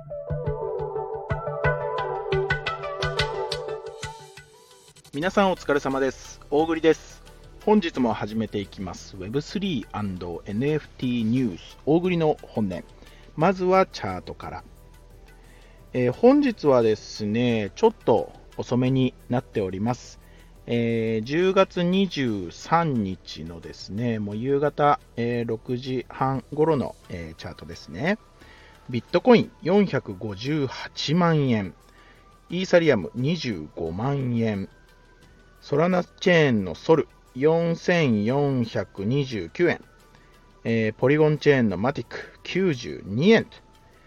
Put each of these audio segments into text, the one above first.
皆さんお疲れ様です。大栗です。本日も始めていきます Web3&NFT ニュース大栗の本音。まずはチャートから。本日はですね、ちょっと遅めになっております。10月23日のですね、もう夕方、6時半頃の、チャートですね。ビットコイン458万円、イーサリアム25万円、ソラナチェーンのソル4429円、ポリゴンチェーンのマティック92円と、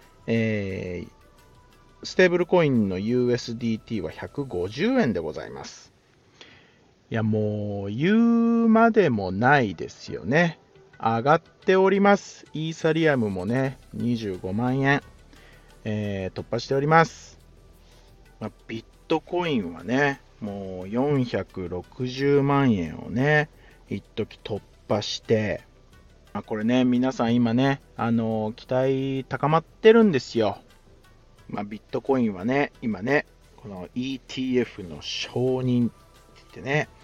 ステーブルコインの USDT は150円でございます。いや、もう言うまでもないですよね。上がっております。イーサリアムもね、25万円、突破しております。ビットコインはね、もう460万円をね、一時突破して、これね、皆さん今ね、期待高まってるんですよ。ビットコインはね、今ね、この ETF の承認って言ってね、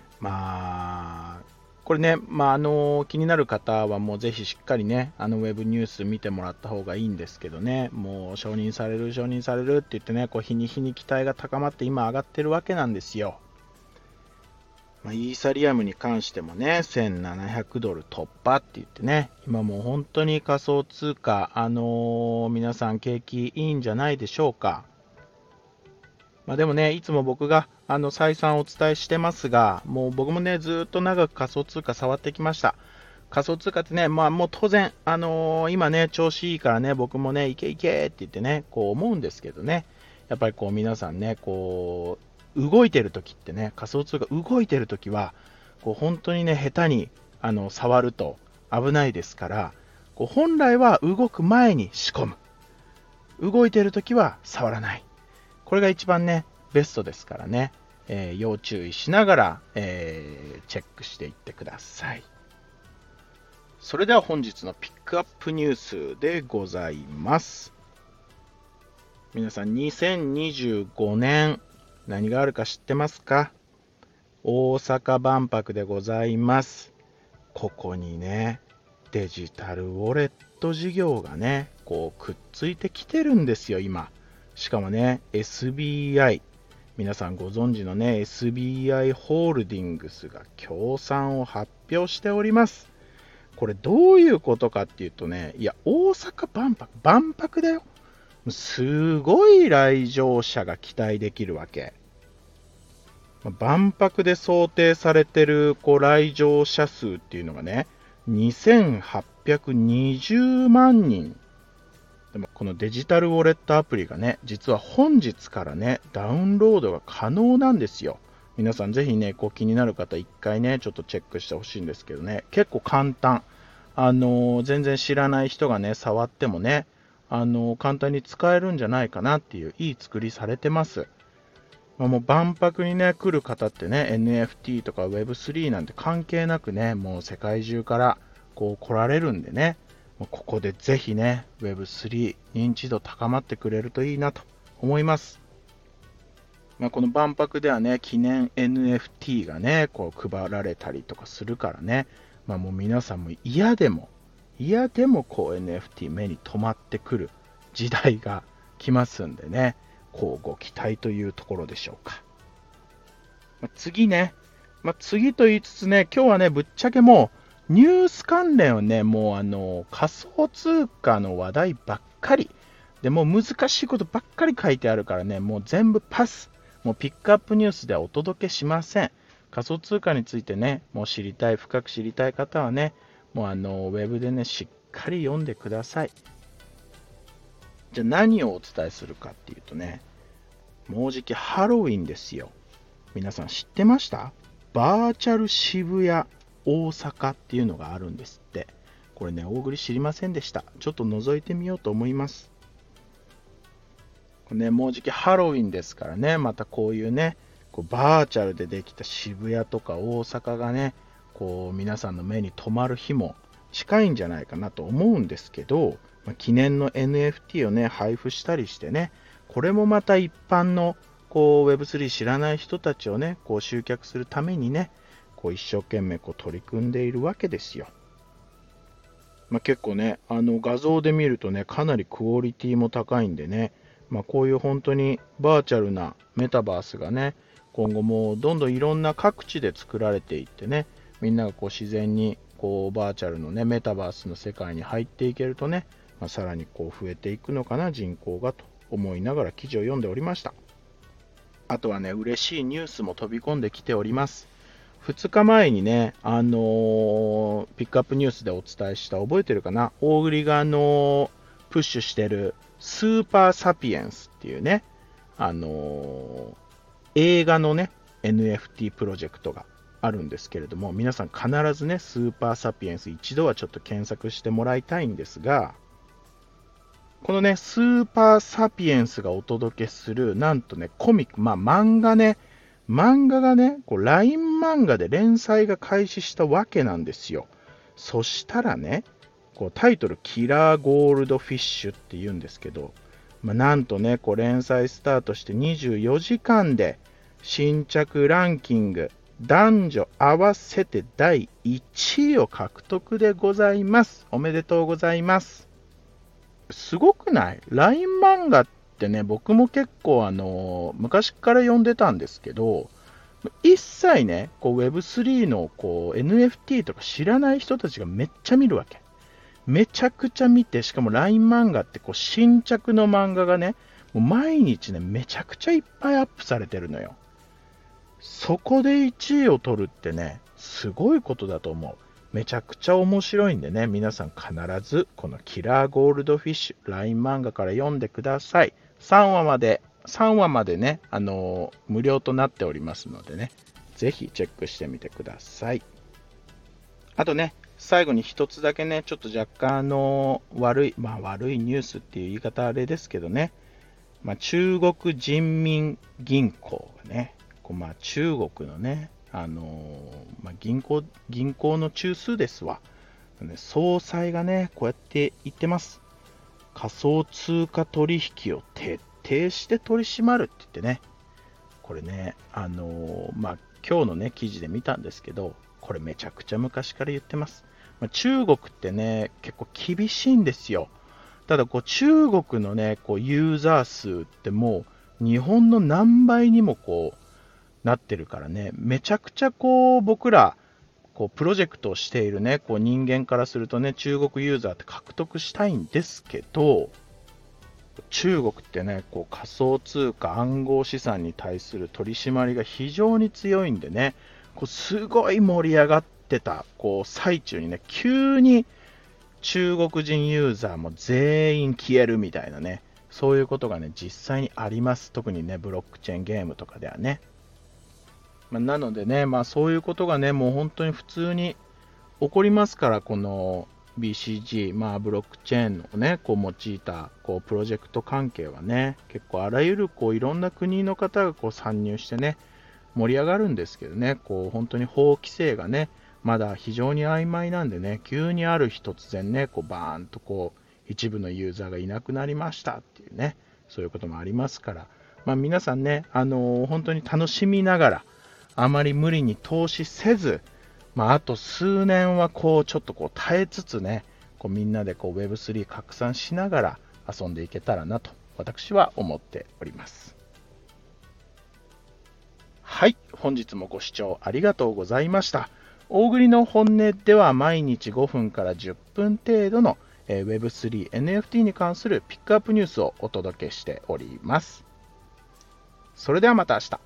これね、気になる方はもうぜひしっかりね、ウェブニュース見てもらった方がいいんですけどね、もう承認されるって言ってね、こう日に日に期待が高まって今上がってるわけなんですよ。イーサリアムに関してもね、1700ドル突破って言ってね、今もう本当に仮想通貨、皆さん景気いいんじゃないでしょうか。でもね、いつも僕が再三お伝えしてますが、もう僕もね、ずっと長く仮想通貨触ってきました。仮想通貨ってね、もう当然、今ね、調子いいからね、僕もね、いけいけって言ってね、こう思うんですけどね、やっぱりこう皆さんね、こう、動いてるときってね、仮想通貨動いてるときは、こう本当にね、下手に触ると危ないですから、こう本来は動く前に仕込む。動いてるときは触らない。これが一番ね、ベストですからね、要注意しながら、チェックしていってください。それでは本日のピックアップニュースでございます。皆さん、2025年、何があるか知ってますか？大阪万博でございます。ここにね、デジタルウォレット事業がね、こうくっついてきてるんですよ、今。しかもね、SBI、皆さんご存知のね、SBI ホールディングスが協賛を発表しております。これどういうことかっていうとね、いや、大阪万博だよ。すごい来場者が期待できるわけ。万博で想定されてる来場者数っていうのがね、2820万人。でもこのデジタルウォレットアプリがね、実は本日からね、ダウンロードが可能なんですよ。皆さんぜひね、こう気になる方一回ね、ちょっとチェックしてほしいんですけどね、結構簡単。全然知らない人がね、触ってもね、簡単に使えるんじゃないかなっていういい作りされてます。もう万博にね、来る方ってね、NFT とか Web3 なんて関係なくね、もう世界中からこう来られるんでね、ここでぜひね、Web3 認知度高まってくれるといいなと思います。この万博ではね、記念 NFT がね、こう配られたりとかするからね、もう皆さんも嫌でもこう NFT 目に留まってくる時代が来ますんでね、こうご期待というところでしょうか。次ね、次と言いつつね、今日はね、ぶっちゃけもう、ニュース関連をね、もう仮想通貨の話題ばっかり。でもう難しいことばっかり書いてあるからね、もう全部パス。もうピックアップニュースではお届けしません。仮想通貨についてね、もう深く知りたい方はね、もうウェブでね、しっかり読んでください。じゃあ何をお伝えするかっていうとね、もうじきハロウィンですよ。皆さん知ってました？バーチャル渋谷大阪っていうのがあるんですって。これね、大栗知りませんでした。ちょっと覗いてみようと思います。これね、もうじきハロウィンですからね、またこういうね、こうバーチャルでできた渋谷とか大阪がね、こう皆さんの目に留まる日も近いんじゃないかなと思うんですけど、 記念の NFT をね、配布したりしてね、これもまた一般のこう Web3 知らない人たちをね、こう集客するためにね、こう一生懸命こう取り組んでいるわけですよ。結構ね、画像で見るとね、かなりクオリティも高いんでね、こういう本当にバーチャルなメタバースがね、今後もどんどんいろんな各地で作られていってね、みんながこう自然にこうバーチャルのね、メタバースの世界に入っていけるとね、さらにこう増えていくのかな、人口がと思いながら記事を読んでおりました。あとはね、嬉しいニュースも飛び込んできております。2日前にね、ピックアップニュースでお伝えした、覚えてるかな、大栗がプッシュしてるスーパーサピエンスっていうね、映画のね、NFT プロジェクトがあるんですけれども、皆さん必ずね、スーパーサピエンス一度はちょっと検索してもらいたいんですが、このね、スーパーサピエンスがお届けする、なんとね、コミック、漫画がね、こう LINE 漫画で連載が開始したわけなんですよ。そしたらね、こうタイトル、キラーゴールドフィッシュって言うんですけど、なんとね、こう連載スタートして24時間で、新着ランキング、男女合わせて第1位を獲得でございます。おめでとうございます。すごくない？ LINE 漫画ってね、僕も結構昔から読んでたんですけど、一切ね、こう Web3 のこう NFT とか知らない人たちがめっちゃ見るわけ。めちゃくちゃ見て、しかも LINE 漫画ってこう新着の漫画がね、もう毎日ね、めちゃくちゃいっぱいアップされてるのよ。そこで1位を取るってね、すごいことだと思う。めちゃくちゃ面白いんでね、皆さん必ずこのキラーゴールドフィッシュ、LINE 漫画から読んでください。3話までね、無料となっておりますのでね、ぜひチェックしてみてください。あとね、最後に一つだけね、ちょっと若干悪いニュースっていう言い方あれですけどね、中国人民銀行がね、中国のね、銀行の中枢ですわ。総裁がね、こうやって言ってます。仮想通貨取引を徹底して取り締まるって言ってね、これね、今日のね、記事で見たんですけど、これめちゃくちゃ昔から言ってます。中国ってね、結構厳しいんですよ。ただこう中国のね、こうユーザー数ってもう日本の何倍にもこうなってるからね、めちゃくちゃこう僕らこうプロジェクトをしているね、こう人間からするとね、中国ユーザーって獲得したいんですけど、中国ってね、こう仮想通貨暗号資産に対する取り締まりが非常に強いんでね、こうすごい盛り上がってたこう最中にね、急に中国人ユーザーも全員消えるみたいなね、そういうことがね、実際にあります。特にね、ブロックチェーンゲームとかではね。なのでね、そういうことがね、もう本当に普通に起こりますから、この BCG、ブロックチェーンをね、こう用いたこうプロジェクト関係はね、結構あらゆるこういろんな国の方がこう参入してね、盛り上がるんですけどね、こう本当に法規制がね、まだ非常に曖昧なんでね、急にある日突然ね、こうバーンとこう一部のユーザーがいなくなりましたっていうね、そういうこともありますから、皆さんね、本当に楽しみながら、あまり無理に投資せず、あと数年はこうちょっとこう耐えつつね、こうみんなでこう Web3 拡散しながら遊んでいけたらなと私は思っております。はい、本日もご視聴ありがとうございました。大栗の本音では毎日5分から10分程度の Web3 NFT に関するピックアップニュースをお届けしております。それではまた明日。